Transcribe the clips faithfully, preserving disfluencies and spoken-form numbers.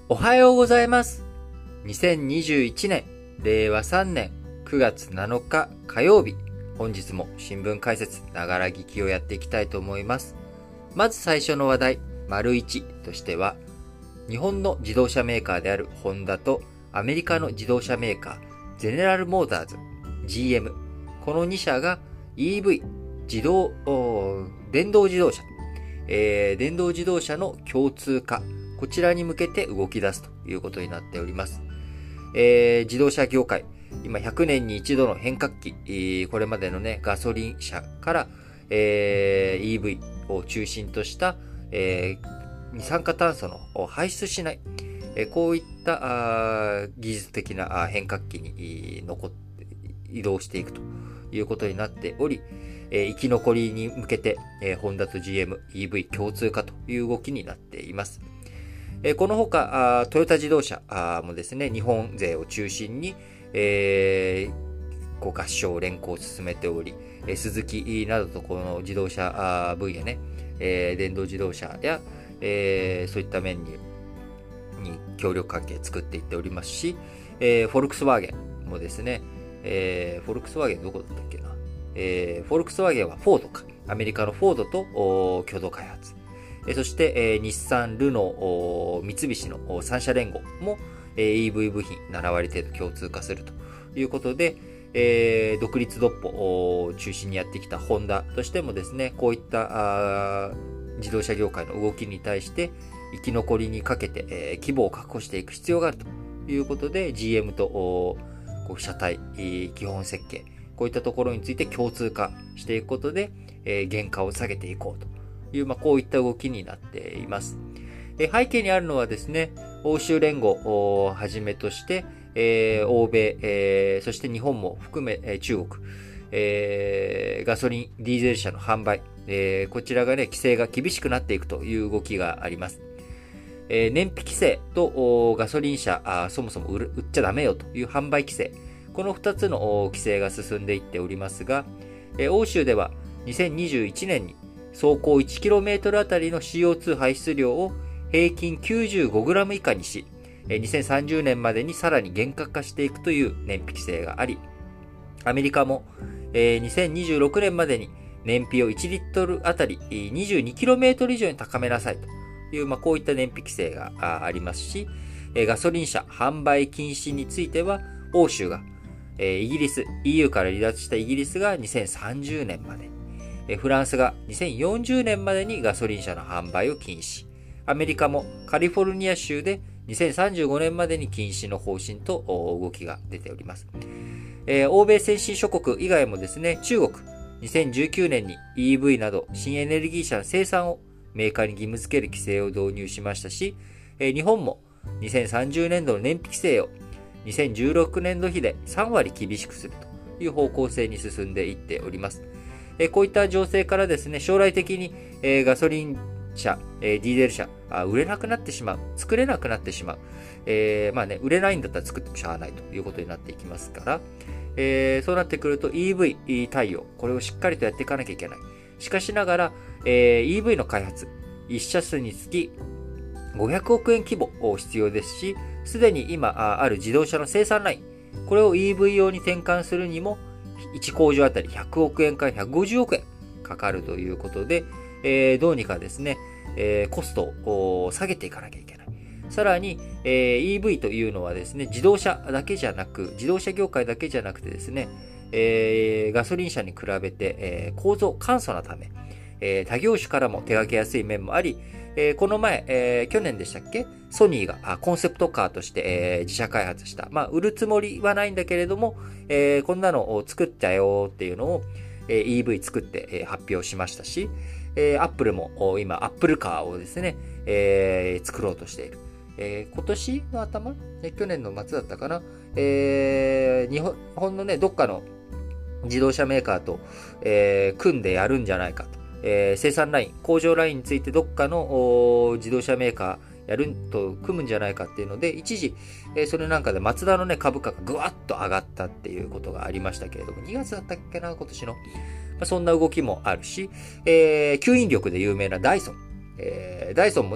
おはようございます。にせんにじゅういちねん、れいわさんねんくがつなのか火曜日。本日も新聞解説、ながら聞きをやっていきたいと思います。まず最初の話題、丸いちとしては、日本の自動車メーカーであるホンダとアメリカの自動車メーカー、ゼネラルモーターズ、ジーエム、このにしゃが イーブイ、自動、電動自動車、えー、電動自動車の共通化、こちらに向けて動き出すということになっております。えー、自動車業界、今ひゃくねんに一度の変革期、えー、これまでのね、ガソリン車から、えー、イーブイ を中心とした、えー、二酸化炭素の排出しない、えー、こういったあ技術的な変革期に残って移動していくということになっており、えー、生き残りに向けて、えー、ホンダと ジーエム、イーブイ 共通化という動きになっています。このほか、トヨタ自動車もですね、日本勢を中心に、えー、こう合唱連行を進めており、スズキなどとこの自動車分野ね、えー、電動自動車や、えー、そういった面にに協力関係作っていっておりますし、えー、フォルクスワーゲンもですね、えー、フォルクスワーゲンどこだったっけな、えー、フォルクスワーゲンはフォードか、アメリカのフォードと共同開発。そして、えー、日産、ルノー、三菱のさんしゃ連合も、えー、イーブイ 部品ななわり程度共通化するということで、えー、独立独歩を中心にやってきたホンダとしてもですね、こういった自動車業界の動きに対して生き残りにかけて、えー、規模を確保していく必要があるということで、ジーエム とこう車体、基本設計、こういったところについて共通化していくことで、えー、原価を下げていこうという、まあ、こういった動きになっています。背景にあるのはですね、欧州連合をはじめとして、えー、欧米、えー、そして日本も含め、えー、中国、えー、ガソリン、ディーゼル車の販売、えー、こちらがね、規制が厳しくなっていくという動きがあります。えー、燃費規制とガソリン車あ、そもそも売る、売っちゃダメよという販売規制、このふたつの規制が進んでいっておりますが、えー、欧州ではにせんにじゅういちねんに走行 いちキロメートル あたりの シーオーツー 排出量を平均 きゅうじゅうごグラム 以下にし、にせんさんじゅうねんまでにさらに厳格化していくという燃費規制があり、アメリカもにせんにじゅうろくねんまでに燃費をいちリットルあたり にじゅうにキロメートル 以上に高めなさいという、まあ、こういった燃費規制がありますし、ガソリン車販売禁止については欧州が、イギリス、イーユー から離脱したイギリスがにせんさんじゅうねんまでに、フランスがにせんよんじゅうねんまでにガソリン車の販売を禁止。アメリカもカリフォルニア州でにせんさんじゅうごねんまでに禁止の方針と動きが出ております。えー、欧米先進諸国以外もですね、中国、にせんじゅうきゅうねんに イーブイ など新エネルギー車の生産をメーカーに義務付ける規制を導入しましたし、えー、日本もにせんさんじゅうねんどの燃費規制をにせんじゅうろくねんど比でさんわり厳しくするという方向性に進んでいっております。こういった情勢からですね、将来的にガソリン車、ディーゼル車、売れなくなってしまう、作れなくなってしまう。えー、まあね、売れないんだったら作ってもしゃあないということになっていきますから、えー、そうなってくると イーブイ 対応、これをしっかりとやっていかなきゃいけない。しかしながら、えー、イーブイ の開発、いっしゃすうにつきごひゃくおくえん規模必要ですし、すでに今ある自動車の生産ライン、これを イーブイ 用に転換するにも、いち工場あたりひゃくおくえんからひゃくごじゅうおくえんかかるということで、えー、どうにかですね、えー、コストを下げていかなきゃいけない。さらに、えー、イーブイ というのはですね、自動車だけじゃなく、自動車業界だけじゃなくてですね、えー、ガソリン車に比べて、えー、構造簡素なため、えー、他業種からも手掛けやすい面もあり、えー、この前、えー、去年でしたっけ、ソニーがコンセプトカーとして、えー、自社開発した。まあ、売るつもりはないんだけれども、えー、こんなのを作ったよっていうのを、えー、イーブイ 作って、えー、発表しましたし、えー、アップルも今、アップルカーをですね、えー、作ろうとしている。えー、今年の頭、えー、去年の末だったかな、えー、日本のね、どっかの自動車メーカーと、えー、組んでやるんじゃないかと。えー、生産ライン、工場ラインについてどっかの自動車メーカーやると組むんじゃないかっていうので、一時、えー、それなんかでマツダのね、株価がぐわっと上がったっていうことがありましたけれども、にがつだったっけな、今年の。まあ、そんな動きもあるし、えー、吸引力で有名なダイソン。えー、ダイソンもね、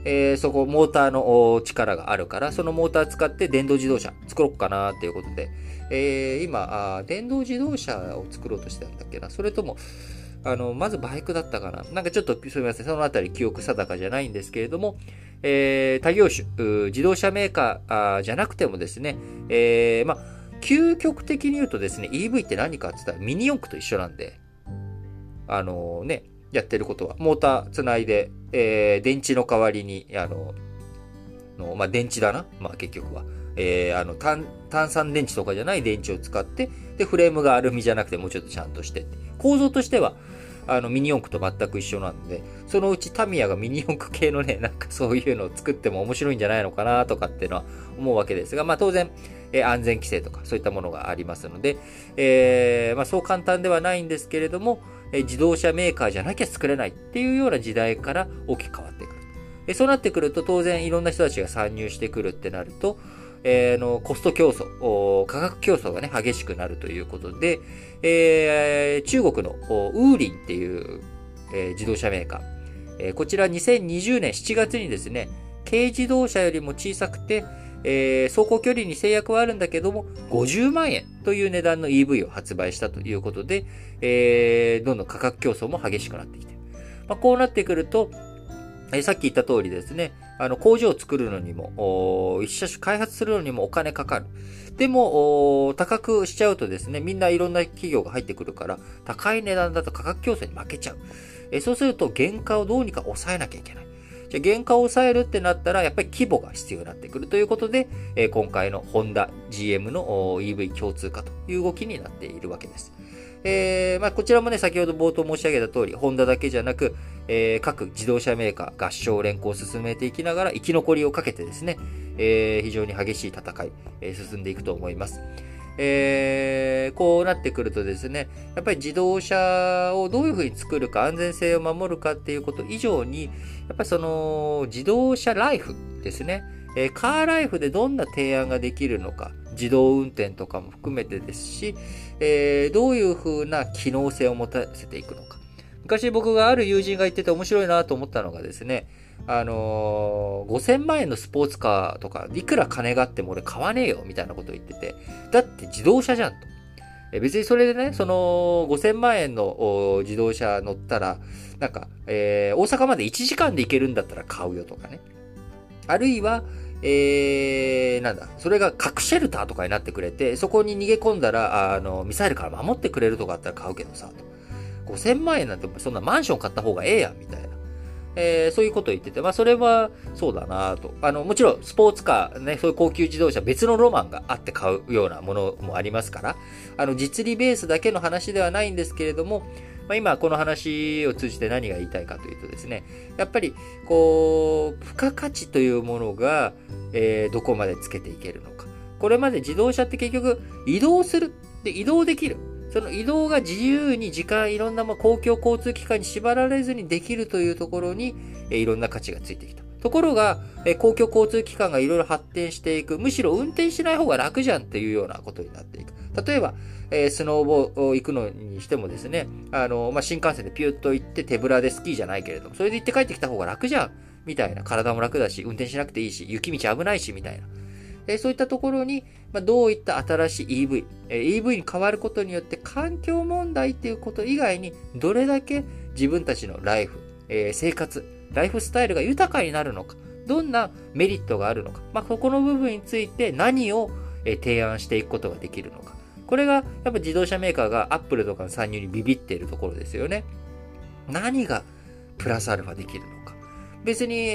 えー、そこモーターの力があるから、そのモーター使って電動自動車作ろうかなっていうことで、えー、今あ、電動自動車を作ろうとしてたんだっけな。それとも、あの、まずバイクだったかな。なんかちょっとすみません。そのあたり記憶定かじゃないんですけれども、えー、他業種、自動車メーカーじゃなくてもですね、えー、まあ、究極的に言うとですね、イーブイ って何かって言ったらミニ四駆と一緒なんで、あのね、やってることは、モーターつないで、えー、電池の代わりに、あの、のまあ、電池だな。まあ、結局は。えー、あの炭、炭酸電池とかじゃない電池を使って、で、フレームがアルミじゃなくてもうちょっとちゃんとしてって。構造としては、あの、ミニ四駆と全く一緒なんで、そのうちタミヤがミニ四駆系のね、なんかそういうのを作っても面白いんじゃないのかなとかっていうのは思うわけですが、まあ当然、えー、安全規制とかそういったものがありますので、えー、まあそう簡単ではないんですけれども、えー、自動車メーカーじゃなきゃ作れないっていうような時代から大きく変わってくる。えー、そうなってくると当然いろんな人たちが参入してくるってなると、えー、のコスト競争、価格競争がね、激しくなるということで、えー、中国のウーリンっていう、えー、自動車メーカー、えー、こちらにせんにじゅうねんしちがつにですね、軽自動車よりも小さくて、えー、走行距離に制約はあるんだけども、ごじゅうまんえんという値段の イーブイ を発売したということで、えー、どんどん価格競争も激しくなってきている。まあ、こうなってくると、えー、さっき言った通りですね、あの工場を作るのにも、一車種開発するのにもお金かかる。でも、高くしちゃうとですね、みんないろんな企業が入ってくるから、高い値段だと価格競争に負けちゃう。えー、そうすると原価をどうにか抑えなきゃいけない。じゃあ原価を抑えるってなったら、やっぱり規模が必要になってくるということで、えー、今回のホンダ、ジーエム の イーブイ 共通化という動きになっているわけです。えー、まあ、こちらもね、先ほど冒頭申し上げた通り、ホンダだけじゃなく、えー、各自動車メーカー合唱連行を進めていきながら生き残りをかけてですね、えー、非常に激しい戦い、えー、進んでいくと思います。えー、こうなってくるとですね、やっぱり自動車をどういうふうに作るか、安全性を守るかっていうこと以上に、やっぱりその自動車ライフですね、えー、カーライフでどんな提案ができるのか、自動運転とかも含めてですし、えー、どういうふうな機能性を持たせていくのか。昔僕がある友人が言ってて面白いなと思ったのがですね、あのー、ごせんまんえんのスポーツカーとか、いくら金があっても俺買わねえよみたいなことを言ってて、だって自動車じゃんと。え別にそれでね、そのごせんまんえんの自動車乗ったら、なんか、えー、大阪までいちじかんで行けるんだったら買うよとかね。あるいは、えー、なんだ、それが核シェルターとかになってくれて、そこに逃げ込んだら、あの、ミサイルから守ってくれるとかあったら買うけどさ、と。ごせんまんえんなんてそんなマンション買った方がええやん、みたいな。えー、そういうことを言ってて、まあそれはそうだなと。あの、もちろんスポーツカー、ね、そういう高級自動車、別のロマンがあって買うようなものもありますから、あの、実利ベースだけの話ではないんですけれども、まあ、今この話を通じて何が言いたいかというとですね、やっぱり、こう、付加価値というものが、えー、どこまでつけていけるのか。これまで自動車って結局移動する。で、移動できる。その移動が自由に時間、いろんな公共交通機関に縛られずにできるというところに、えいろんな価値がついてきた。ところが、え公共交通機関がいろいろ発展していく、むしろ運転しない方が楽じゃんっていうようなことになっていく。例えば、えー、スノーボー行くのにしてもですね、あの、まあ、新幹線でピュッと行って手ぶらでスキーじゃないけれども、それで行って帰ってきた方が楽じゃんみたいな。体も楽だし、運転しなくていいし、雪道危ないし、みたいな。えー、そういったところに、まあ、どういった新しい イーブイ、えー、イーブイ に変わることによって環境問題っていうこと以外に、どれだけ自分たちのライフ、えー、生活、ライフスタイルが豊かになるのか、どんなメリットがあるのか、まあ、ここの部分について何を提案していくことができるのか。これが、やっぱ自動車メーカーがアップルとかの参入にビビっているところですよね。何がプラスアルファできるのか。別に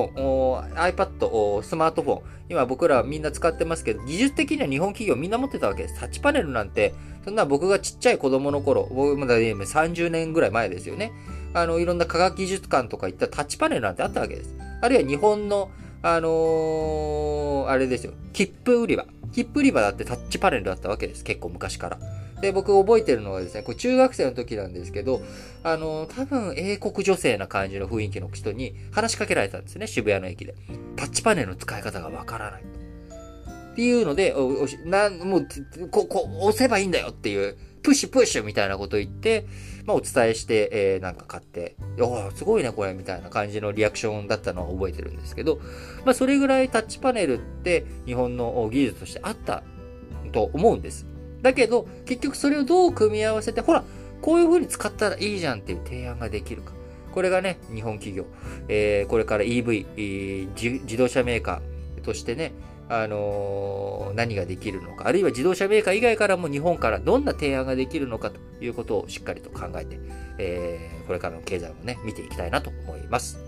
iPhone、iPad、スマートフォン、今僕らみんな使ってますけど、技術的には日本企業みんな持ってたわけです。タッチパネルなんて、そんな僕がちっちゃい子供の頃、僕まださんじゅうねんぐらい前ですよね。あの、いろんな科学技術館とか行ったタッチパネルなんてあったわけです。あるいは日本の、あのー、あれですよ、切符売り場。切符売り場だってタッチパネルだったわけです。結構昔から。で、僕覚えてるのはですね、これ中学生の時なんですけど、あの、多分英国女性な感じの雰囲気の人に話しかけられたんですね、渋谷の駅で。タッチパネルの使い方がわからない。っていうので、おおなもうここ押せばいいんだよっていう、プッシュプッシュみたいなことを言って、 まあ、お伝えして、えー、なんか買って、おー、すごいね、これ、みたいな感じのリアクションだったのは覚えてるんですけど、まあ、それぐらいタッチパネルって日本の技術としてあったと思うんです。だけど、結局それをどう組み合わせて、ほら、こういう風に使ったらいいじゃんっていう提案ができるか。これがね、日本企業、えー、これから イーブイ、えー自、自動車メーカーとしてね、あのー何ができるのか、あるいは自動車メーカー以外からも日本からどんな提案ができるのかということをしっかりと考えて、えーこれからの経済もね、見ていきたいなと思います。